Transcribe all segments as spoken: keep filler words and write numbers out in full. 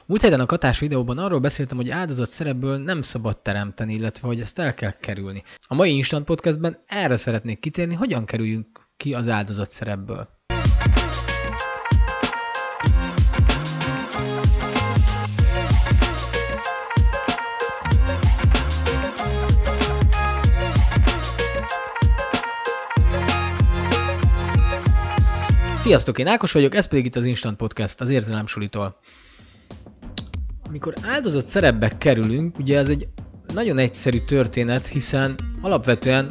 Múlt héten a Katás videóban arról beszéltem, hogy áldozat szerepből nem szabad teremteni, illetve hogy ezt el kell kerülni. A mai Instant Podcastben erre szeretnék kitérni, hogyan kerüljünk ki az áldozat szerepből. Sziasztok, én Ákos vagyok, ez pedig itt az Instant Podcast, az Érzelem Sulitól. Amikor áldozat szerepbe kerülünk, ugye ez egy nagyon egyszerű történet, hiszen alapvetően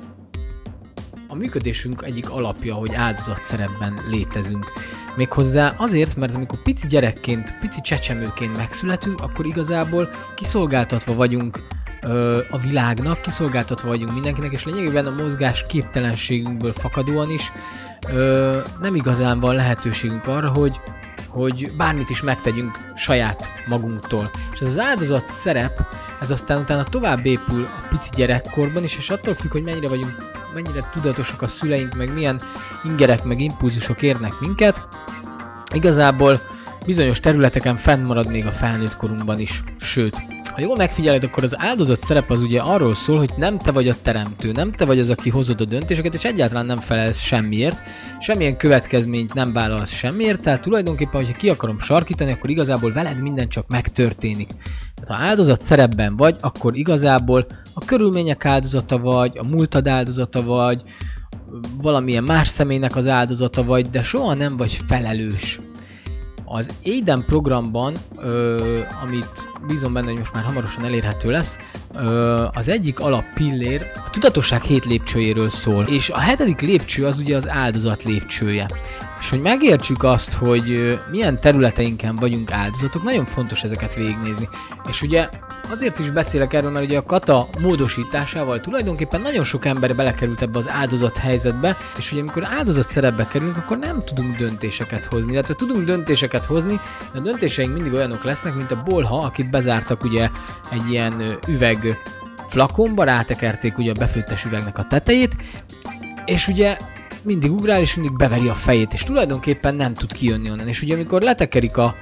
a működésünk egyik alapja, hogy áldozat szerepben létezünk. Méghozzá azért, mert amikor pici gyerekként, pici csecsemőként megszületünk, akkor igazából kiszolgáltatva vagyunk ö, a világnak, kiszolgáltatva vagyunk mindenkinek, és lényegében a mozgás képtelenségünkből fakadóan is ö, nem igazán van lehetőségünk arra, hogy hogy bármit is megtegyünk saját magunktól. És ez az áldozat szerep, ez aztán utána tovább épül a pici gyerekkorban is, és attól függ, hogy mennyire vagyunk, mennyire tudatosak a szüleink, meg milyen ingerek, meg impulzusok érnek minket. Igazából bizonyos területeken fennmarad még a felnőtt korunkban is, sőt, ha jól megfigyeled, akkor az áldozat szerep az ugye arról szól, hogy nem te vagy a teremtő, nem te vagy az, aki hozod a döntéseket, és egyáltalán nem felelsz semmiért, semmilyen következményt nem vállalsz semmiért, tehát tulajdonképpen, hogyha ki akarom sarkítani, akkor igazából veled minden csak megtörténik. Tehát ha áldozat szerepben vagy, akkor igazából a körülmények áldozata vagy, a múltad áldozata vagy, valamilyen más személynek az áldozata vagy, de soha nem vagy felelős. Az Aiden programban, ö, amit bízom benne, hogy most már hamarosan elérhető lesz, ö, az egyik alappillér a tudatosság hét lépcsőjéről szól, és a hetedik lépcső az ugye az áldozat lépcsője. És hogy megértsük azt, hogy ö, milyen területeinken vagyunk áldozatok, nagyon fontos ezeket végignézni. És ugye azért is beszélek erről, mert ugye a kata módosításával tulajdonképpen nagyon sok ember belekerült ebbe az áldozat helyzetbe, és ugye amikor áldozat szerepbe kerülünk, akkor nem tudunk döntéseket hozni, illetve tudunk döntéseket hozni, de a döntéseink mindig olyanok lesznek, mint a bolha, akit bezártak ugye egy ilyen üveg flakonba, rátekerték ugye a befőttes üvegnek a tetejét, és ugye mindig ugrál, és mindig beveri a fejét, és tulajdonképpen nem tud kijönni onnan. És ugye amikor letekerik a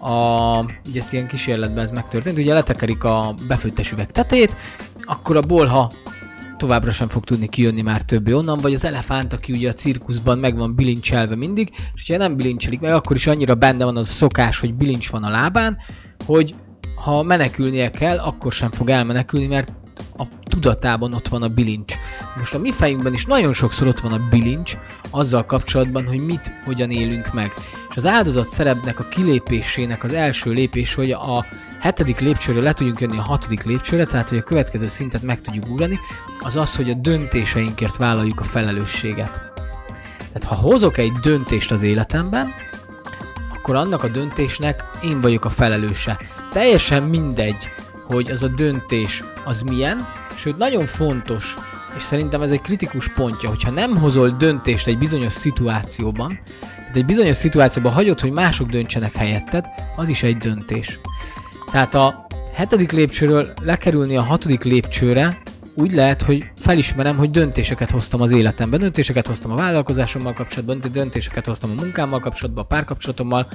A, ugye ez ilyen kísérletben ez megtörtént, ugye letekerik a befőttes üveg tetejét, akkor a bolha továbbra sem fog tudni kijönni már többé onnan, vagy az elefánt, aki ugye a cirkuszban meg van bilincselve mindig, és ugye nem bilincselik meg, akkor is annyira benne van az a szokás, hogy bilincs van a lábán, hogy ha menekülnie kell, akkor sem fog elmenekülni, mert a tudatában ott van a bilincs. Most a mi fejünkben is nagyon sokszor ott van a bilincs azzal kapcsolatban, hogy mit, hogyan élünk meg. És az áldozat szerepnek a kilépésének az első lépés, hogy a hetedik lépcsőről le tudjunk jönni a hatodik lépcsőre, tehát hogy a következő szintet meg tudjuk ugrani, az az, hogy a döntéseinkért vállaljuk a felelősséget. Tehát ha hozok egy döntést az életemben, akkor annak a döntésnek én vagyok a felelőse. Teljesen mindegy, hogy az a döntés az milyen, sőt nagyon fontos, és szerintem ez egy kritikus pontja, hogyha nem hozol döntést egy bizonyos szituációban, de egy bizonyos szituációban hagyod, hogy mások döntsenek helyetted, az is egy döntés. Tehát a hetedik lépcsőről lekerülni a hatodik lépcsőre úgy lehet, hogy felismerem, hogy döntéseket hoztam az életemben, döntéseket hoztam a vállalkozásommal kapcsolatban, döntéseket hoztam a munkámmal kapcsolatban, a párkapcsolatommal,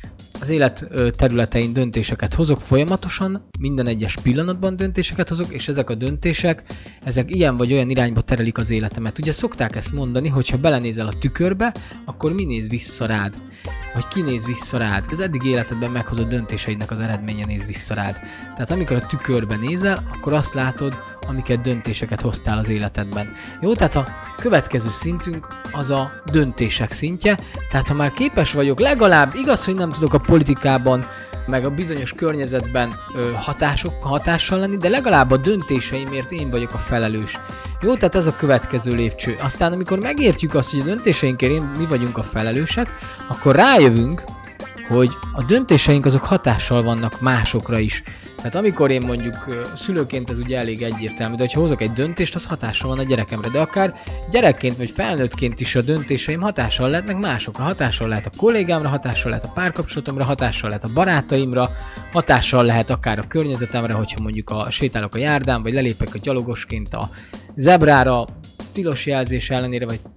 az élet területein döntéseket hozok folyamatosan, minden egyes pillanatban döntéseket hozok, és ezek a döntések, ezek ilyen vagy olyan irányba terelik az életemet. Ugye szokták ezt mondani, hogy ha belenézel a tükörbe, akkor mi néz vissza rád? Vagy ki néz vissza rád? Az eddig életedben meghozott döntéseidnek az eredménye néz vissza rád. Tehát amikor a tükörbe nézel, akkor azt látod, amiket döntéseket hoztál az életedben. Jó, tehát a következő szintünk az a döntések szintje, tehát ha már képes vagyok legalább, igaz, hogy nem tudok a politikában, meg a bizonyos környezetben ö, hatások, hatással lenni, de legalább a döntéseimért én vagyok a felelős. Jó, tehát ez a következő lépcső. Aztán amikor megértjük azt, hogy a döntéseinkért én, mi vagyunk a felelősek, akkor rájövünk, hogy a döntéseink azok hatással vannak másokra is. Tehát amikor én mondjuk szülőként ez ugye elég egyértelmű, de ha hozok egy döntést, az hatással van a gyerekemre. De akár gyerekként vagy felnőttként is a döntéseim hatással lehetnek másokra. Hatással lehet a kollégámra, hatással lehet a párkapcsolatomra, hatással lehet a barátaimra, hatással lehet akár a környezetemre, hogyha mondjuk a, sétálok a járdán, vagy lelépek a gyalogosként a zebrára, tilos jelzés ellenére, vagy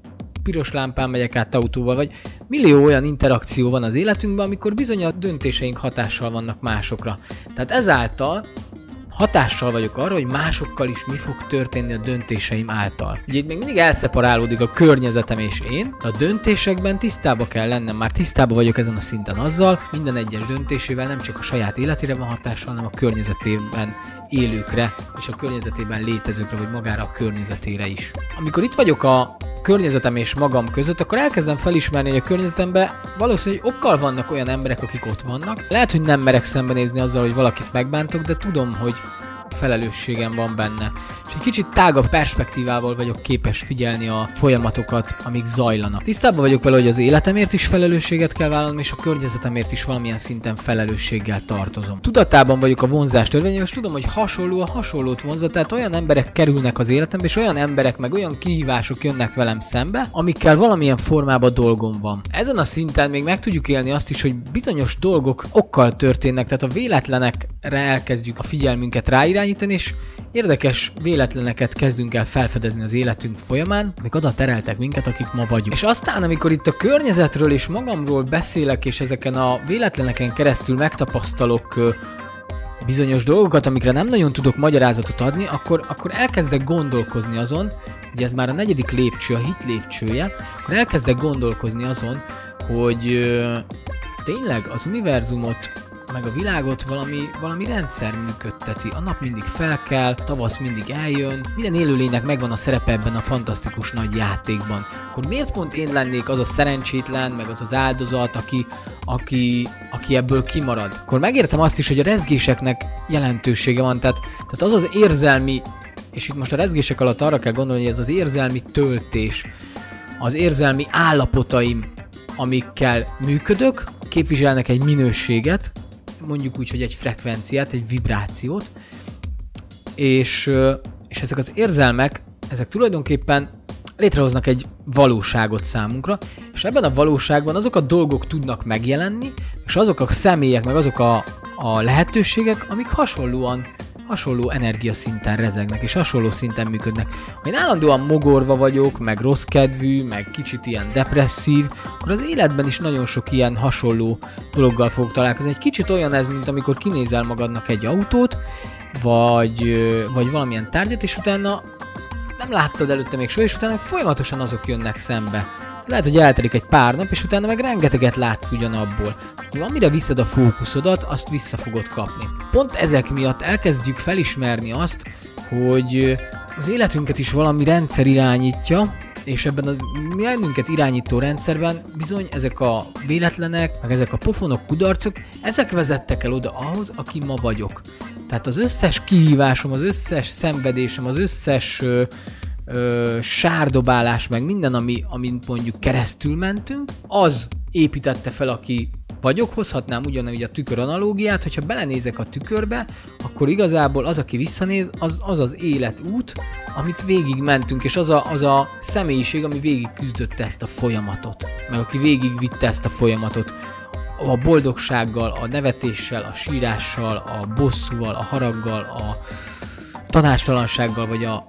piros lámpán megyek át autóval, vagy millió olyan interakció van az életünkben, amikor bizony a döntéseink hatással vannak másokra. Tehát ezáltal hatással vagyok arra, hogy másokkal is mi fog történni a döntéseim által. Ugye itt még mindig elszeparálódik a környezetem és én, de a döntésekben tisztába kell lennem, már tisztába vagyok ezen a szinten azzal, minden egyes döntésével nem csak a saját életére van hatással, hanem a környezetében élőkre és a környezetében létezőkre, vagy magára a környezetére is. Amikor itt vagyok a környezetem és magam között, akkor elkezdem felismerni, hogy a környezetemben valószínűleg okkal vannak olyan emberek, akik ott vannak. Lehet, hogy nem merek szembenézni azzal, hogy valakit megbántok, de tudom, hogy felelősségem van benne. És egy kicsit tágabb perspektívával vagyok képes figyelni a folyamatokat, amik zajlanak. Tisztában vagyok vele, hogy az életemért is felelősséget kell vállalnom, és a környezetemért is valamilyen szinten felelősséggel tartozom. Tudatában vagyok a vonzás törvényével, és tudom, hogy hasonló a hasonlót vonza, tehát olyan emberek kerülnek az életembe, és olyan emberek meg olyan kihívások jönnek velem szembe, amikkel valamilyen formában dolgom van. Ezen a szinten még meg tudjuk élni azt is, hogy bizonyos dolgok okkal történnek, tehát a véletlenekre elkezdjük a figyelmünket ráirányítani, és érdekes véletleneket kezdünk el felfedezni az életünk folyamán, amik oda tereltek minket, akik ma vagyunk. És aztán, amikor itt a környezetről és magamról beszélek, és ezeken a véletleneken keresztül megtapasztalok ö, bizonyos dolgokat, amikre nem nagyon tudok magyarázatot adni, akkor, akkor elkezdek gondolkozni azon, ugye ez már a negyedik lépcső, a hit lépcsője, akkor elkezdek gondolkozni azon, hogy ö, tényleg az univerzumot meg a világot valami, valami rendszer működteti. A nap mindig felkel, tavasz mindig eljön, minden élőlénynek megvan a szerepe ebben a fantasztikus nagy játékban. Akkor miért pont én lennék az a szerencsétlen, meg az az áldozat, aki, aki, aki ebből kimarad? Akkor megértem azt is, hogy a rezgéseknek jelentősége van, tehát, tehát az az érzelmi, és itt most a rezgések alatt arra kell gondolni, hogy ez az érzelmi töltés, az érzelmi állapotaim, amikkel működök, képviselnek egy minőséget, mondjuk úgy, hogy egy frekvenciát, egy vibrációt, és, és ezek az érzelmek, ezek tulajdonképpen létrehoznak egy valóságot számunkra, és ebben a valóságban azok a dolgok tudnak megjelenni, és azok a személyek, meg azok a, a lehetőségek, amik hasonlóan, hasonló energiaszinten rezegnek, és hasonló szinten működnek. Ha én állandóan mogorva vagyok, meg rossz kedvű, meg kicsit ilyen depresszív, akkor az életben is nagyon sok ilyen hasonló dologgal fogok találkozni. Egy kicsit olyan ez, mint amikor kinézel magadnak egy autót, vagy, vagy valamilyen tárgyat, és utána nem láttad előtte még soha, és utána folyamatosan azok jönnek szembe. Lehet, hogy eltelik egy pár nap, és utána meg rengeteget látsz ugyanabból. Amire viszed a fókuszodat, azt vissza fogod kapni. Pont ezek miatt elkezdjük felismerni azt, hogy az életünket is valami rendszer irányítja, és ebben a bennünket irányító rendszerben bizony ezek a véletlenek, meg ezek a pofonok, kudarcok, ezek vezettek el oda ahhoz, aki ma vagyok. Tehát az összes kihívásom, az összes szenvedésem, az összes ö, ö, sárdobálás, meg minden, ami, amin mondjuk keresztül mentünk, az építette fel, aki vagyok. Hozhatnám ugyanúgy a tükör analógiát, hogyha belenézek a tükörbe, akkor igazából az, aki visszanéz, az az, az életút, amit végig mentünk, és az a, az a személyiség, ami végig küzdötte ezt a folyamatot, meg aki végig vitte ezt a folyamatot, a boldogsággal, a nevetéssel, a sírással, a bosszúval, a haraggal, a tanácstalansággal, vagy a,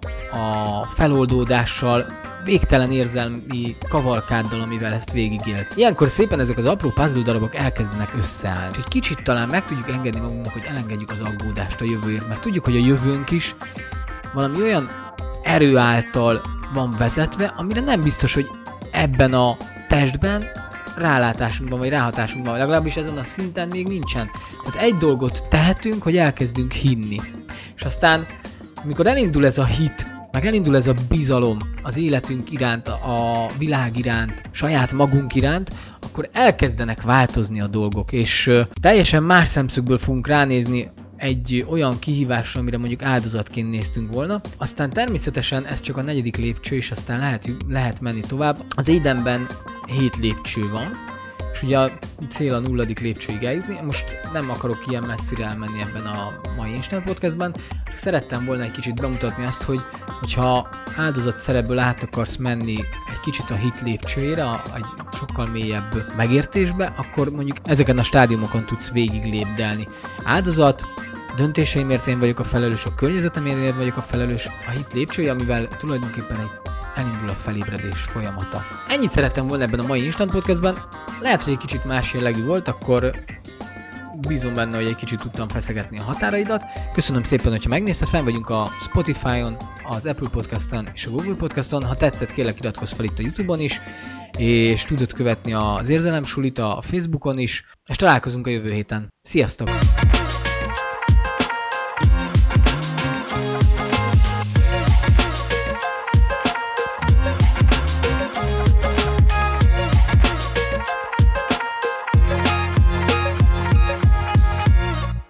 a feloldódással, végtelen érzelmi kavalkáddal, amivel ezt végigélt. Ilyenkor szépen ezek az apró puzzle darabok elkezdenek összeállni. És egy kicsit talán meg tudjuk engedni magunknak, hogy elengedjük az aggódást a jövőért, mert tudjuk, hogy a jövőnk is valami olyan erő által van vezetve, amire nem biztos, hogy ebben a testben rálátásunkban, vagy ráhatásunkban, legalábbis ezen a szinten még nincsen. Tehát egy dolgot tehetünk, hogy elkezdünk hinni. És aztán, amikor elindul ez a hit, meg elindul ez a bizalom az életünk iránt, a világ iránt, saját magunk iránt, akkor elkezdenek változni a dolgok, és teljesen más szemszögből fogunk ránézni egy olyan kihívásra, amire mondjuk áldozatként néztünk volna. Aztán természetesen ez csak a negyedik lépcső, és aztán lehet, lehet menni tovább. Az Édenben hét lépcső van, és ugye a cél a nulladik lépcsőig eljutni. Most nem akarok ilyen messzire elmenni ebben a mai Instant Podcastben, csak szerettem volna egy kicsit bemutatni azt, hogy hogyha áldozat szerepből át akarsz menni egy kicsit a hit lépcsőjére, egy sokkal mélyebb megértésbe, akkor mondjuk ezeken a stádiumokon tudsz végig lépdelni. Áldozat, döntéseimért én vagyok a felelős, a környezetemért én vagyok a felelős, a hit lépcsője, amivel tulajdonképpen egy elindul a felébredés folyamata. Ennyit szerettem volna ebben a mai Instant Podcastben. Lehet, hogy egy kicsit más jellegű volt, akkor bízom benne, hogy egy kicsit tudtam feszegetni a határaidat. Köszönöm szépen, hogyha megnézted, fenn vagyunk a Spotify-on, az Apple Podcast-on és a Google Podcast-on. Ha tetszett, kérlek iratkozz fel itt a YouTube-on is, és tudod követni az Érzelemsulit a Facebookon is, és találkozunk a jövő héten. Sziasztok!